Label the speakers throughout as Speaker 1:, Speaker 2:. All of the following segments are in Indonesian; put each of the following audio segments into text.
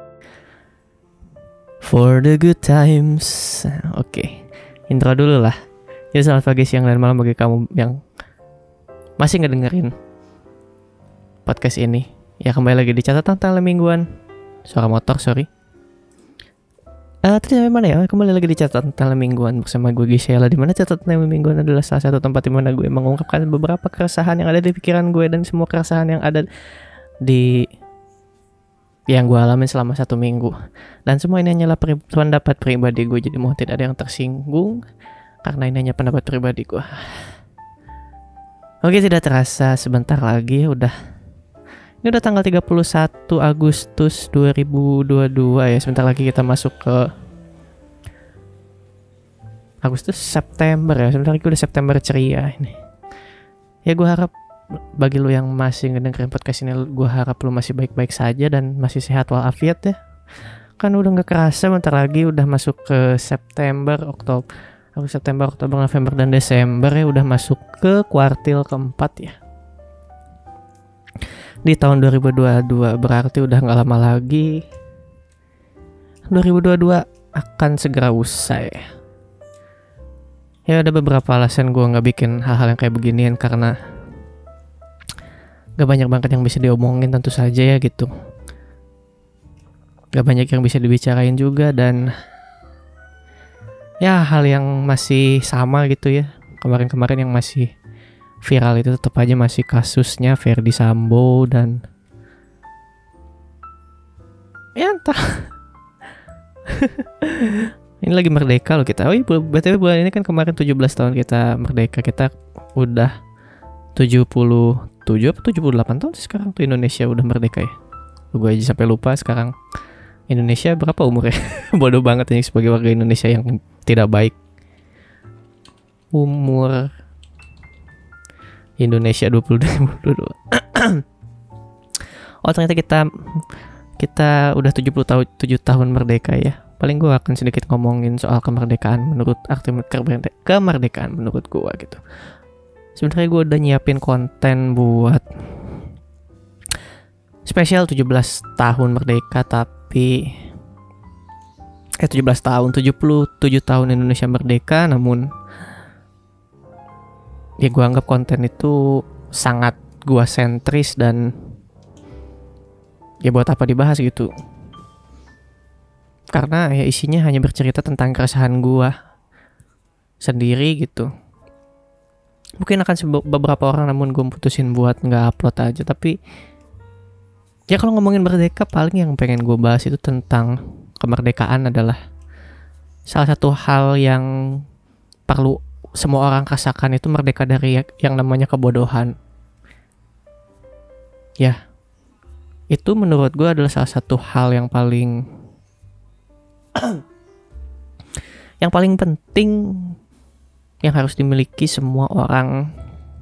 Speaker 1: For the good times. Oke. Intro dulu lah. Ya selamat pagi, siang, dan malam bagi kamu yang masih ngedengerin podcast ini. Ya kembali lagi di catatan tanggal mingguan. Suara motor, sorry. Tadi sampai mana ya? Kembali lagi di catatan tanggal mingguan bersama gue Gisela. Di mana catatan tanggal mingguan adalah salah satu tempat di mana gue mengungkapkan beberapa keresahan yang ada di pikiran gue dan semua keresahan yang ada di yang gue alamin selama 1 minggu. Dan semua ini hanyalah pendapat pribadi gue, jadi mohon tidak ada yang tersinggung karena ini hanya pendapat pribadi gue. Oke, tidak terasa sebentar lagi ini udah tanggal 31 Agustus 2022 ya. Sebentar lagi kita masuk ke Agustus, September ya. Sebentar lagi udah September ceria ini. Ya gue harap bagi lu yang masih ngedengerin podcast ini, gue harap lu masih baik-baik saja dan masih sehat walafiat ya. Kan udah gak kerasa bentar lagi udah masuk ke September, Oktober, November, dan Desember ya. Udah masuk ke kuartil keempat ya di tahun 2022. Berarti udah gak lama lagi 2022 akan segera usai. Ya ada beberapa alasan gue gak bikin hal-hal yang kayak beginian, karena gak banyak banget yang bisa diomongin tentu saja ya gitu. Gak banyak yang bisa dibicarain juga, dan ya hal yang masih sama gitu ya. Kemarin-kemarin yang masih viral itu tetap aja masih kasusnya Ferdy Sambo, dan ya entah. Ini lagi merdeka loh kita. Oh iya, BTW bulan ini kan kemarin 17 tahun kita merdeka. Kita udah 77 apa 78 tahun sih sekarang tuh Indonesia udah merdeka ya. Gue aja sampai lupa sekarang Indonesia berapa umurnya. Bodoh banget ini sebagai warga Indonesia yang tidak baik. Umur Indonesia 2022. Oh ternyata kita udah 7 tahun merdeka ya. Paling gue akan sedikit ngomongin soal kemerdekaan menurut arti kemerdekaan menurut gue gitu. Sebenarnya gue udah nyiapin konten buat spesial 17 tahun merdeka, tapi 77 tahun Indonesia merdeka, namun ya gue anggap konten itu sangat gue sentris dan ya buat apa dibahas gitu. Karena ya isinya hanya bercerita tentang keresahan gue sendiri gitu. Mungkin akan beberapa orang, namun gue putusin buat gak upload aja. Tapi ya kalau ngomongin merdeka, paling yang pengen gue bahas itu tentang kemerdekaan adalah salah satu hal yang perlu semua orang rasakan, itu merdeka dari yang namanya kebodohan. Ya, itu menurut gue adalah salah satu hal yang paling penting yang harus dimiliki semua orang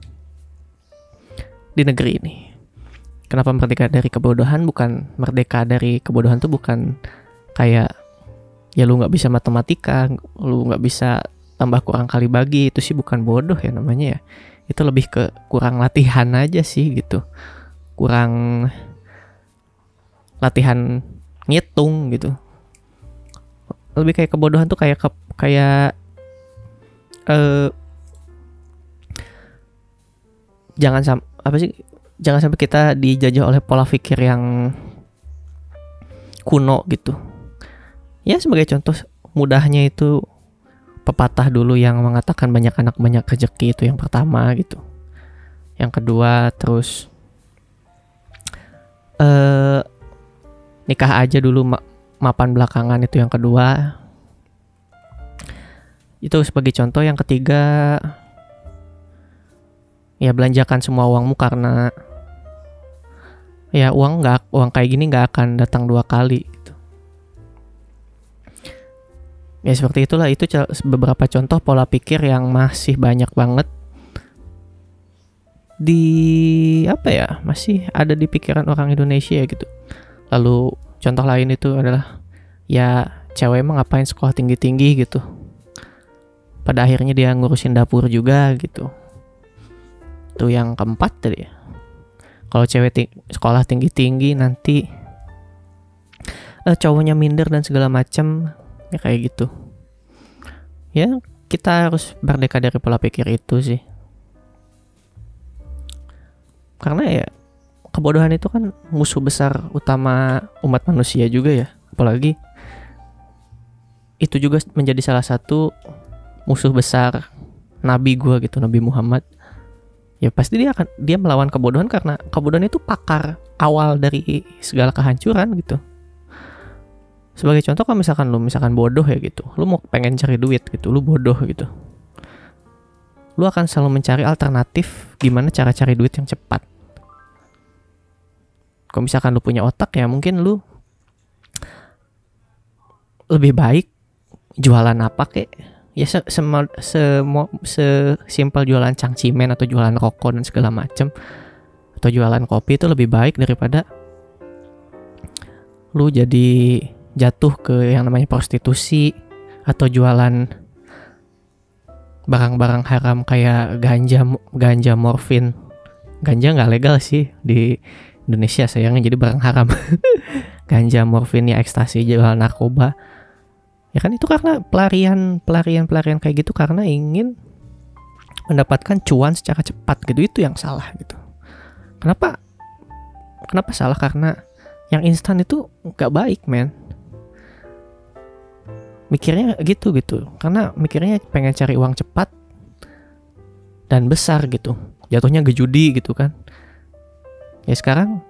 Speaker 1: di negeri ini. Kenapa merdeka dari kebodohan? Bukan merdeka dari kebodohan tuh bukan kayak ya lu gak bisa matematika, lu gak bisa tambah kurang kali bagi, itu sih bukan bodoh ya namanya ya. Itu lebih ke kurang latihan aja sih gitu. Kurang latihan ngitung gitu. Lebih kayak kebodohan tuh kayak jangan sampai kita dijajah oleh pola pikir yang kuno gitu. Ya sebagai contoh mudahnya itu pepatah dulu yang mengatakan banyak anak banyak rezeki, itu yang pertama gitu. Yang kedua terus nikah aja dulu mapan belakangan, itu yang kedua. Itu sebagai contoh. Yang ketiga ya belanjakan semua uangmu, karena ya uang kayak gini nggak akan datang 2 kali gitu. Ya seperti itulah. Itu beberapa contoh pola pikir yang masih banyak banget masih ada di pikiran orang Indonesia gitu. Lalu contoh lain itu adalah ya cewek emang ngapain sekolah tinggi-tinggi gitu, pada akhirnya dia ngurusin dapur juga gitu. Itu yang keempat tadi ya. Kalau cewek sekolah tinggi-tinggi nanti cowoknya minder dan segala macam, ya kayak gitu. Ya kita harus merdeka dari pola pikir itu sih, karena ya kebodohan itu kan musuh besar utama umat manusia juga ya. Apalagi itu juga menjadi salah satu musuh besar Nabi gue gitu, Nabi Muhammad. Ya pasti dia melawan kebodohan, karena kebodohan itu pakar awal dari segala kehancuran gitu. Sebagai contoh, kalau misalkan bodoh ya gitu, lu mau pengen cari duit gitu, lu bodoh gitu, lu akan selalu mencari alternatif gimana cara cari duit yang cepat. Kalau misalkan lu punya otak, ya mungkin lu lebih baik jualan apa kek, ya sesimpel jualan cangcimen atau jualan rokok dan segala macem, atau jualan kopi, itu lebih baik daripada lu jadi jatuh ke yang namanya prostitusi atau jualan barang-barang haram kayak ganja, morfin. Ganja nggak legal sih di Indonesia sayangnya, jadi barang haram. Ganja, morfin, ya ekstasi, jualan narkoba. Ya kan itu karena pelarian kayak gitu, karena ingin mendapatkan cuan secara cepat gitu. Itu yang salah gitu. Kenapa salah? Karena yang instan itu nggak baik, men. Mikirnya gitu, karena mikirnya pengen cari uang cepat dan besar gitu, jatuhnya ke judi gitu kan. Ya sekarang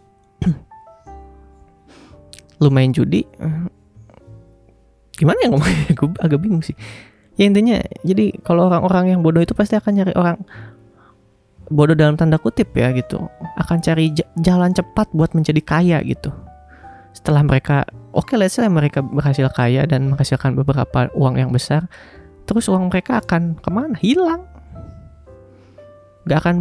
Speaker 1: lu main judi, gimana ya ngomongnya, gue agak bingung sih. Ya intinya, jadi kalau orang-orang yang bodoh itu pasti akan nyari orang bodoh dalam tanda kutip ya gitu, akan cari jalan cepat buat menjadi kaya gitu. Setelah mereka let's say mereka berhasil kaya dan menghasilkan beberapa uang yang besar, terus uang mereka akan kemana? Hilang. Gak akan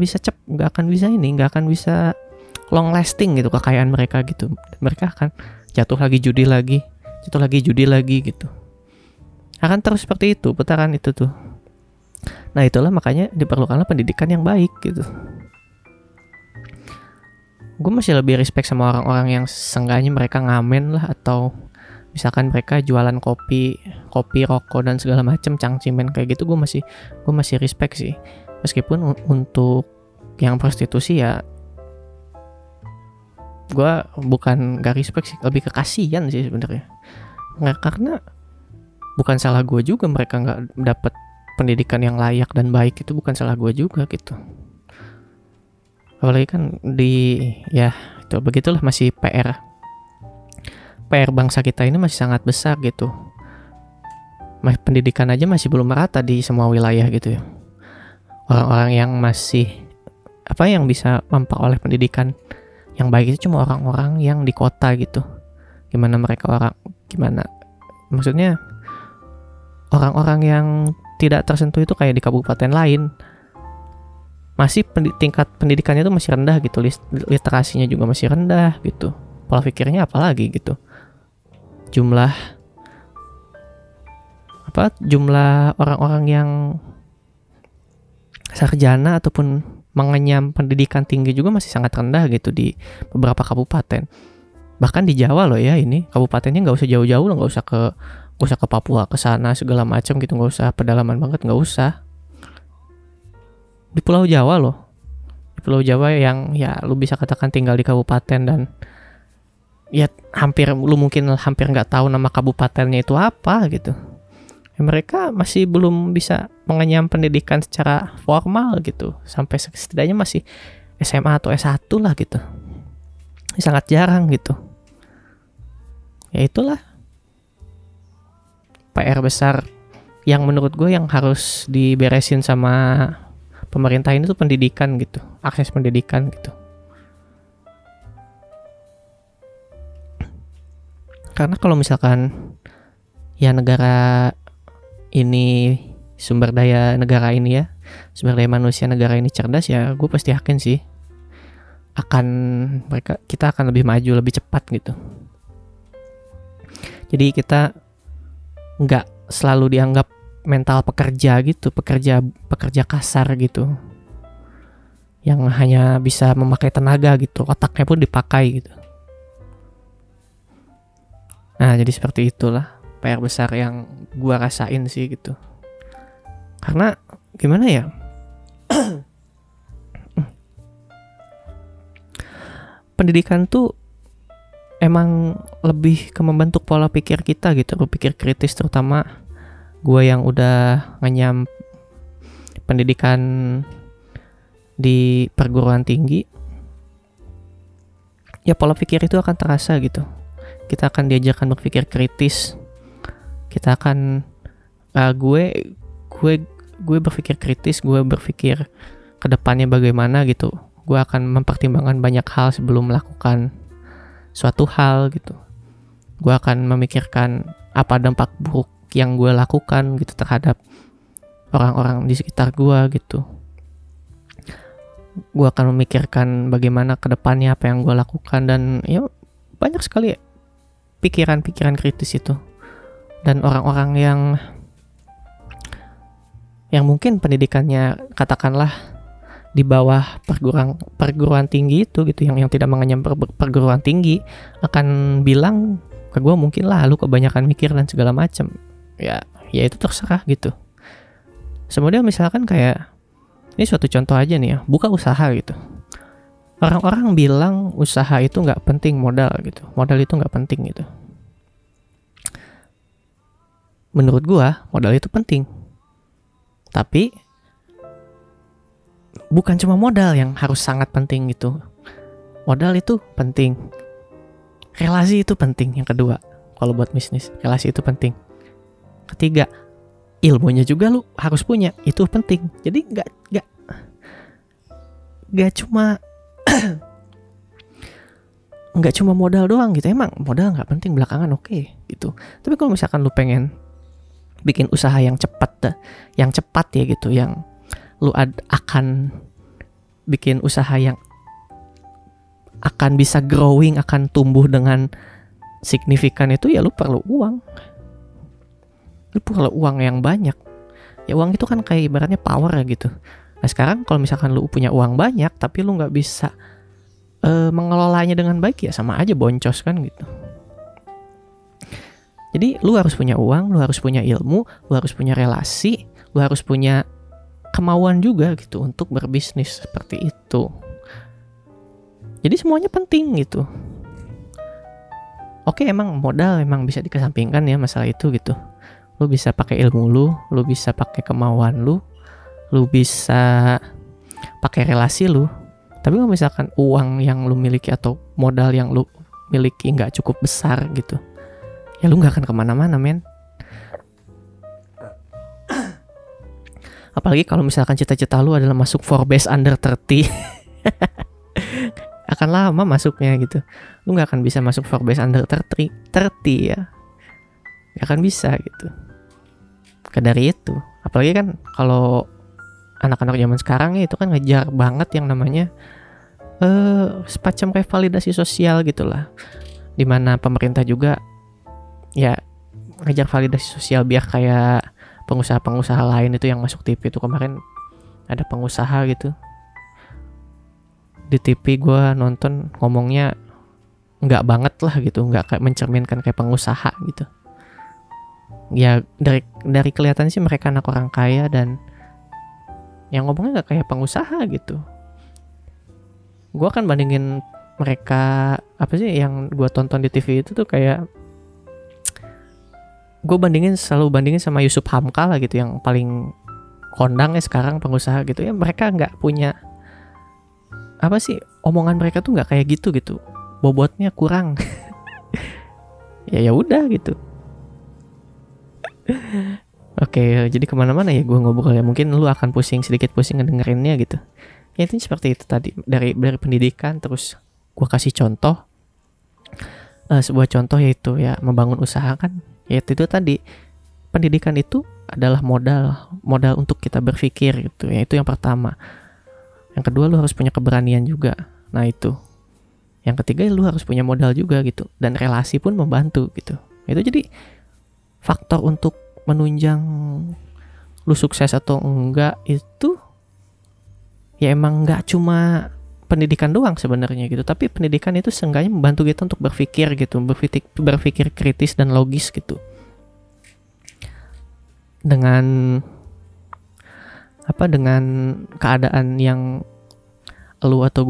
Speaker 1: bisa long lasting gitu kekayaan mereka gitu. Mereka akan jatuh lagi judi lagi gitu. Akan terus seperti itu, putaran itu tuh. Nah itulah makanya diperlukanlah pendidikan yang baik gitu. Gue masih lebih respect sama orang-orang yang seenggaknya mereka ngamen lah, atau misalkan mereka jualan kopi, rokok dan segala macam, cangcimen kayak gitu. Gue masih respect sih. Meskipun untuk yang prostitusi ya gue bukan gak respect sih, lebih kekasian sih sebenarnya. Karena bukan salah gue juga mereka nggak dapat pendidikan yang layak dan baik, itu bukan salah gue juga gitu. Apalagi kan itu begitulah, masih PR bangsa kita ini masih sangat besar gitu. Pendidikan aja masih belum merata di semua wilayah gitu ya. Orang-orang yang masih yang bisa memperoleh pendidikan yang baik itu cuma orang-orang yang di kota gitu. Maksudnya orang-orang yang tidak tersentuh itu kayak di kabupaten lain, masih tingkat pendidikannya itu masih rendah gitu, literasinya juga masih rendah gitu, pola pikirnya apalagi gitu. Jumlah orang-orang yang sarjana ataupun mengenyam pendidikan tinggi juga masih sangat rendah gitu di beberapa kabupaten. Bahkan di Jawa loh ya, ini kabupatennya nggak usah jauh-jauh loh, nggak usah ke Papua, ke sana segala macam gitu, nggak usah pedalaman banget, nggak usah. Di Pulau Jawa loh, di Pulau Jawa yang ya lu bisa katakan tinggal di kabupaten dan ya lu mungkin hampir nggak tahu nama kabupatennya itu apa gitu. Ya, mereka masih belum bisa mengenyam pendidikan secara formal gitu, sampai setidaknya masih SMA atau S1 lah gitu. Sangat jarang gitu. Ya itulah PR besar yang menurut gue yang harus diberesin sama pemerintah ini tuh pendidikan gitu, akses pendidikan gitu. Karena kalau misalkan ya negara ini, sumber daya manusia negara ini cerdas, ya gue pasti yakin sih kita akan lebih maju, lebih cepat gitu. Jadi kita nggak selalu dianggap mental pekerja gitu, pekerja kasar gitu, yang hanya bisa memakai tenaga gitu, otaknya pun dipakai gitu. Nah, jadi seperti itulah PR besar yang gue rasain sih gitu. Karena gimana ya, pendidikan tuh emang lebih ke membentuk pola pikir kita gitu, berpikir kritis, terutama gue yang udah ngenyam pendidikan di perguruan tinggi. Ya pola pikir itu akan terasa gitu. Kita akan diajarkan berpikir kritis. Kita akan gue berpikir kritis, gue berpikir ke depannya bagaimana gitu. Gue akan mempertimbangkan banyak hal sebelum melakukan suatu hal gitu. Gue akan memikirkan apa dampak buruk yang gue lakukan gitu terhadap orang-orang di sekitar gue gitu. Gue akan memikirkan bagaimana ke depannya apa yang gue lakukan, dan ya banyak sekali pikiran-pikiran kritis itu. Dan orang-orang yang mungkin pendidikannya katakanlah di bawah perguruan tinggi itu gitu, yang tidak mengenyam perguruan tinggi, akan bilang ke gue mungkin lah lu kebanyakan mikir dan segala macam. Ya itu terserah gitu. Kemudian misalkan kayak ini suatu contoh aja nih ya, buka usaha gitu. Orang-orang bilang usaha itu nggak penting modal gitu, modal itu nggak penting gitu. Menurut gua modal itu penting, tapi bukan cuma modal yang harus sangat penting gitu. Modal itu penting, relasi itu penting. Yang kedua, kalau buat bisnis, relasi itu penting. Ketiga, ilmunya juga lu harus punya, itu penting. Jadi nggak cuma nggak cuma modal doang gitu. Emang modal nggak penting belakangan, oke gitu. Tapi kalau misalkan lu pengen bikin usaha yang cepat ya gitu, yang lu akan bikin usaha yang akan bisa growing, akan tumbuh dengan signifikan, itu ya lu perlu uang. Lu perlu uang yang banyak. Ya uang itu kan kayak ibaratnya power ya gitu. Nah sekarang kalau misalkan lu punya uang banyak tapi lu gak bisa mengelolanya dengan baik, ya sama aja boncos kan gitu. Jadi lu harus punya uang, lu harus punya ilmu, lu harus punya relasi, lu harus punya kemauan juga gitu untuk berbisnis seperti itu. Jadi semuanya penting gitu. Oke, emang modal emang bisa dikesampingkan ya masalah itu gitu. Lu bisa pakai ilmu lu bisa pakai kemauan lu bisa pakai relasi lu. Tapi kalau misalkan uang yang lu miliki atau modal yang lu miliki nggak cukup besar gitu, ya lu nggak akan kemana-mana men. Apalagi kalau misalkan cita-cita lu adalah masuk Forbes under 30 akan lama masuknya gitu. Lu nggak akan bisa masuk Forbes under 30 ya, nggak akan bisa gitu. Dari itu, apalagi kan kalau anak-anak zaman sekarang ya itu kan ngejar banget yang namanya semacam kayak validasi sosial gitulah, dimana pemerintah juga ya ngejar validasi sosial biar kayak pengusaha-pengusaha lain itu yang masuk TV. Itu kemarin ada pengusaha gitu di TV, gue nonton, ngomongnya nggak banget lah gitu, nggak kayak mencerminkan kayak pengusaha gitu. Ya dari kelihatan sih mereka anak orang kaya dan yang ngomongnya nggak kayak pengusaha gitu. Gue kan bandingin mereka, apa sih yang gue tonton di TV itu tuh kayak gue selalu bandingin sama Yusuf Hamka lah gitu, yang paling kondang ya sekarang pengusaha gitu ya. Mereka nggak punya apa sih, omongan mereka tuh nggak kayak gitu, bobotnya kurang. ya udah gitu. Oke, jadi kemana-mana ya gue ngobrol ya. Mungkin lu akan sedikit pusing ngedengerinnya gitu. Ya itu seperti itu tadi, dari pendidikan. Terus gue kasih contoh, sebuah contoh yaitu ya membangun usaha kan. Yaitu itu tadi, pendidikan itu adalah modal untuk kita berpikir gitu. Ya itu yang pertama. Yang kedua, lu harus punya keberanian juga. Nah itu. Yang ketiga, lu harus punya modal juga gitu. Dan relasi pun membantu gitu. Itu jadi faktor untuk menunjang lu sukses atau enggak itu ya emang enggak cuma pendidikan doang sebenarnya gitu, tapi pendidikan itu seenggaknya membantu kita untuk berpikir gitu, berpikir kritis dan logis gitu. Dengan keadaan yang lu atau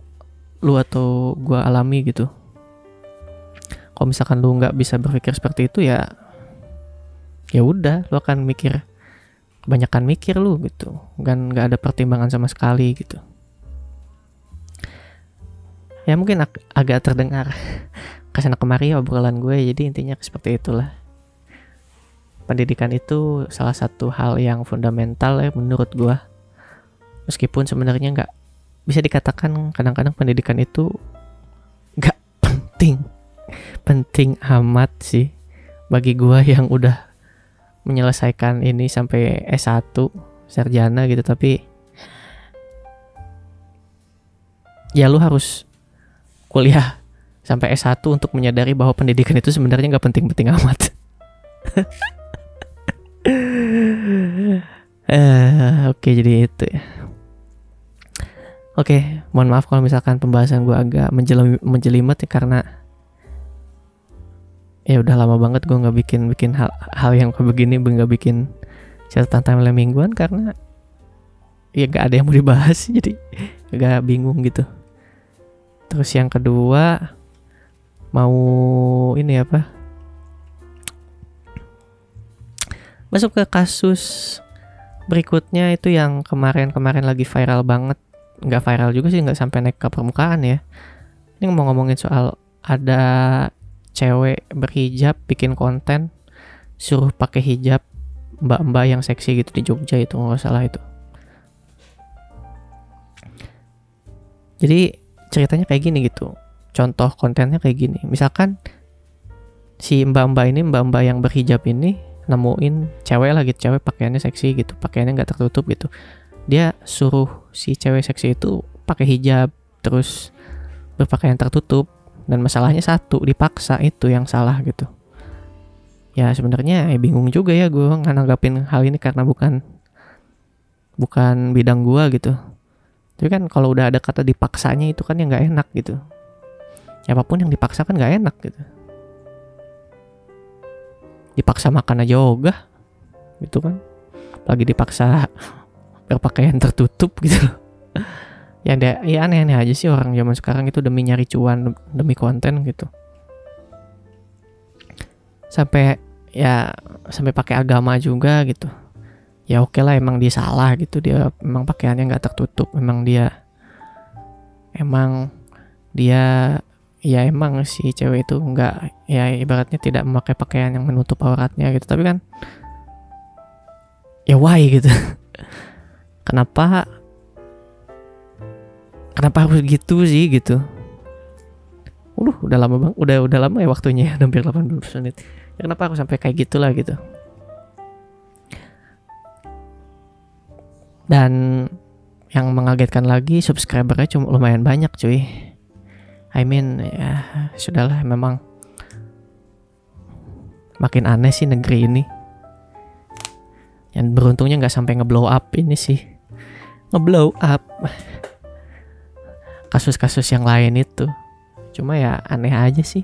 Speaker 1: gua alami gitu. Kalau misalkan lu nggak bisa berpikir seperti itu, ya udah, lu akan kebanyakan mikir lu gitu, kan nggak ada pertimbangan sama sekali gitu. Ya mungkin agak terdengar kesana kemari obrolan gue, jadi intinya seperti itulah. Pendidikan itu salah satu hal yang fundamental ya menurut gue. Meskipun sebenarnya nggak bisa dikatakan kadang-kadang pendidikan itu nggak penting amat sih bagi gue yang udah menyelesaikan ini sampai S1 sarjana gitu. Tapi ya lu harus kuliah sampai S1 untuk menyadari bahwa pendidikan itu sebenarnya nggak penting-penting amat. Oke, jadi itu ya. Oke, mohon maaf kalau misalkan pembahasan gue agak menjelimet ya, karena ya udah lama banget gue nggak bikin hal yang kayak begini, nggak bikin catatan timeline mingguan karena ya nggak ada yang mau dibahas, jadi agak bingung gitu. Terus yang kedua, mau ini apa? Masuk ke kasus berikutnya, itu yang kemarin lagi viral banget. Nggak viral juga sih, nggak sampai naik ke permukaan ya. Ini mau ngomongin soal ada cewek berhijab bikin konten suruh pakai hijab mbak-mbak yang seksi gitu di Jogja, itu nggak salah itu. Jadi ceritanya kayak gini gitu. Contoh kontennya kayak gini. Misalkan si mbak-mbak yang berhijab ini nemuin cewek lah gitu, cewek pakaiannya seksi gitu, pakaiannya nggak tertutup gitu. Dia suruh si cewek seksi itu pakai hijab terus berpakaian tertutup, dan masalahnya satu, dipaksa, itu yang salah gitu. Ya sebenarnya bingung juga ya gue nanggapin hal ini karena bukan bidang gue gitu. Tapi kan kalau udah ada kata dipaksanya itu kan yang nggak enak gitu. Ya apapun yang dipaksa kan nggak enak gitu. Dipaksa makan aja ogah gitu kan, lagi dipaksa berpakaian tertutup gitu loh. Ya aneh-aneh aja sih orang zaman sekarang itu demi nyari cuan, demi konten gitu. Sampai pakai agama juga gitu. Ya oke lah, emang dia salah gitu, dia emang pakaiannya nggak tertutup, emang si cewek itu nggak, ya ibaratnya tidak memakai pakaian yang menutup auratnya gitu. Tapi kan ya why gitu. Kenapa harus gitu sih gitu. Udah lama bang, udah lama ya waktunya, hampir 18 menit. Ya kenapa aku sampai kayak gitulah gitu. Dan yang mengagetkan lagi, subscribernya cuma lumayan banyak cuy. I mean ya sudahlah, memang makin aneh sih negeri ini. Yang beruntungnya nggak sampai ngeblow up ini sih, ngeblow up kasus-kasus yang lain itu. Cuma ya aneh aja sih.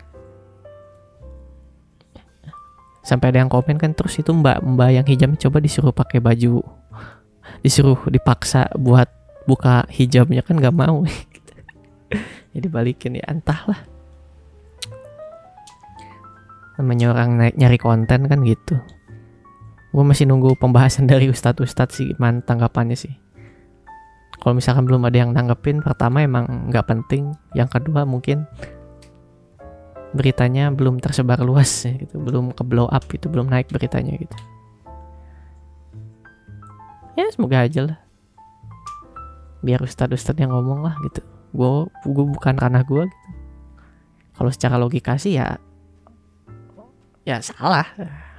Speaker 1: Sampai ada yang komen kan, terus itu mbak yang hijab coba disuruh pakai baju, disuruh dipaksa buat buka hijabnya kan nggak mau. Jadi balikin, ya entahlah. Namanya orang nyari konten kan gitu. Gue masih nunggu pembahasan dari ustadz sih, gimana tanggapannya sih. Kalau misalkan belum ada yang nanggepin, pertama emang nggak penting, yang kedua mungkin beritanya belum tersebar luas ya, gitu, belum ke blow up itu, belum naik beritanya gitu. Ya semoga aja lah, biar ustadz yang ngomong lah gitu. Gue bukan ranah gue gitu. Kalau secara logika sih ya salah.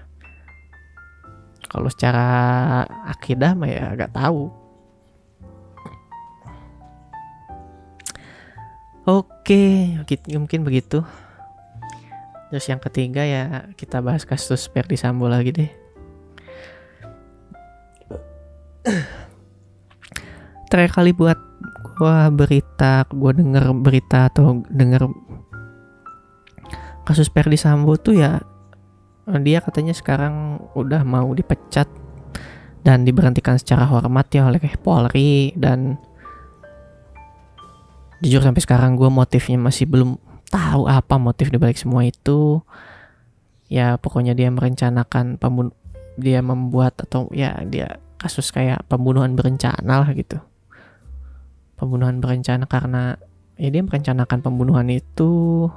Speaker 1: Kalau secara akidah mah ya agak tahu. Oke, mungkin begitu. Terus yang ketiga ya kita bahas kasus Verdi Sambo lagi deh. Terakhir kali buat gue denger berita atau denger kasus Ferdy Sambo tuh ya, dia katanya sekarang udah mau dipecat dan diberhentikan secara hormat ya oleh Polri. Dan jujur sampai sekarang gue motifnya masih belum tahu apa motif dibalik semua itu. Ya pokoknya dia merencanakan dia membuat atau ya dia kasus kayak pembunuhan berencana lah gitu. Pembunuhan berencana karena ya dia merencanakan pembunuhan itu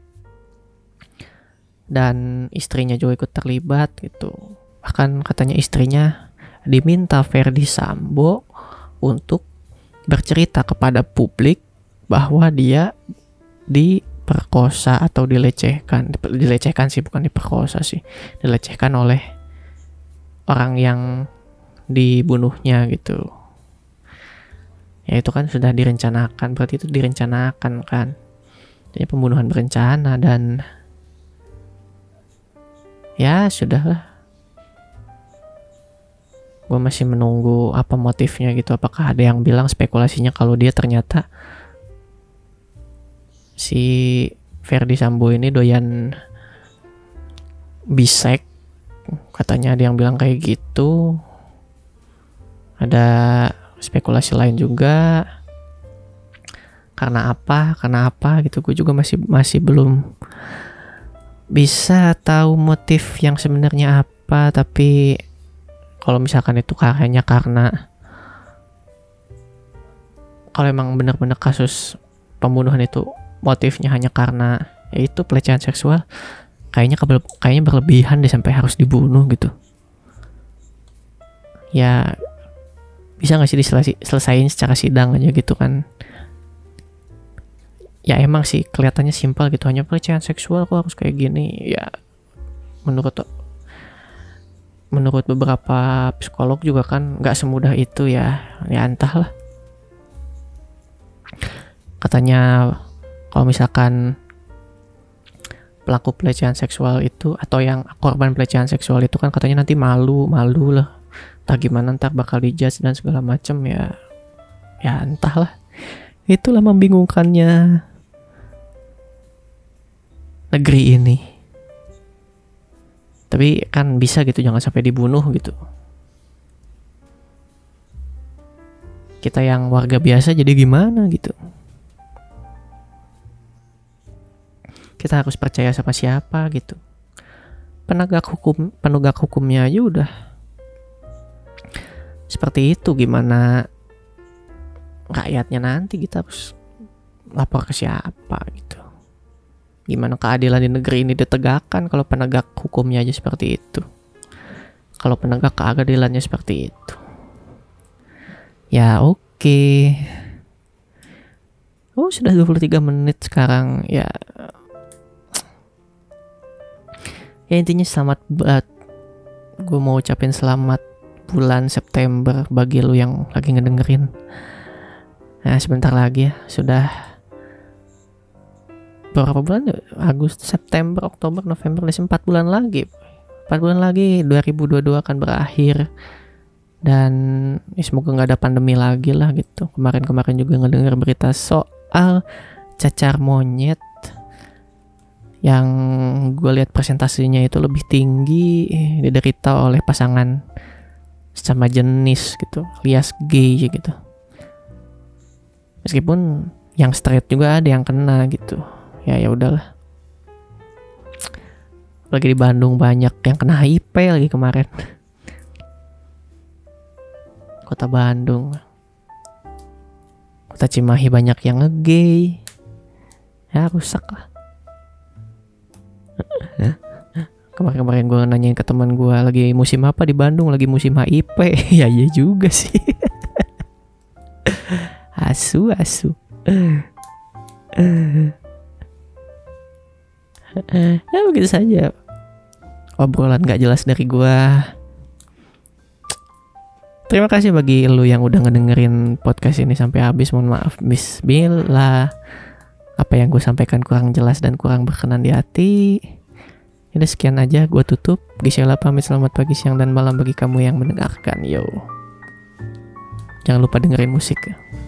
Speaker 1: dan istrinya juga ikut terlibat gitu. Bahkan katanya istrinya diminta Ferdy Sambo untuk bercerita kepada publik bahwa dia diperkosa atau dilecehkan sih, bukan diperkosa sih, dilecehkan oleh orang yang dibunuhnya gitu. Ya itu kan sudah direncanakan, berarti itu direncanakan kan. Jadi pembunuhan berencana. Dan ya sudahlah, gue masih menunggu apa motifnya gitu. Apakah ada yang bilang spekulasinya kalau dia ternyata si Ferdy Sambo ini doyan bisek, katanya ada yang bilang kayak gitu. Ada spekulasi lain juga. Karena apa gitu, gue juga masih belum bisa tahu motif yang sebenarnya apa. Tapi kalau misalkan itu karena kalau emang benar-benar kasus pembunuhan itu motifnya hanya karena yaitu pelecehan seksual, kayaknya berlebihan deh sampai harus dibunuh gitu. Ya bisa nggak sih diselesain secara sidang aja gitu kan? Ya emang sih kelihatannya simpel gitu, hanya pelecehan seksual kok harus kayak gini. Ya menurut beberapa psikolog juga kan nggak semudah itu ya entahlah. Katanya kalau misalkan pelaku pelecehan seksual itu atau yang korban pelecehan seksual itu kan katanya nanti malu lah, entah gimana, ntar bakal dijudge dan segala macem. Ya entahlah, itulah membingungkannya negeri ini. Tapi kan bisa gitu, jangan sampai dibunuh gitu. Kita yang warga biasa jadi gimana gitu? Kita harus percaya sama siapa gitu? Penegak hukumnya aja udah seperti itu, gimana rakyatnya nanti kita harus lapor ke siapa gitu? Gimana keadilan di negeri ini ditegakkan kalau penegak hukumnya aja seperti itu? Kalau penegak keadilannya seperti itu. Ya oke. Oh sudah 23 menit sekarang. Ya intinya selamat buat, gue mau ucapin selamat bulan September bagi lu yang lagi ngedengerin. Nah sebentar lagi ya, sudah berapa bulan? Agustus, September, Oktober, November, Desember, 4 bulan lagi. 4 bulan lagi 2022 akan berakhir. Dan semoga gak ada pandemi lagi lah gitu. Kemarin juga ngedenger berita soal cacar monyet yang gue lihat presentasinya itu lebih tinggi diderita oleh pasangan sama jenis gitu, alias gay gitu. Meskipun yang straight juga ada yang kena gitu. Ya udahlah. Lagi di Bandung banyak yang kena HIV lagi kemarin. Kota Bandung, Kota Cimahi banyak yang nge-gay. Ya rusak lah. Kemarin gue nanyain ke teman gue, lagi musim apa di Bandung? Lagi musim HIV. Ya iya juga sih. Asu. Ya begitu saja obrolan gak jelas dari gue. Terima kasih bagi lu yang udah ngedengerin podcast ini sampai habis. Mohon maaf bismillah apa yang gue sampaikan kurang jelas dan kurang berkenan di hati. Udah sekian aja, gue tutup. Gisela pamit, selamat pagi, siang, dan malam bagi kamu yang mendengarkan. Yo, jangan lupa dengerin musik.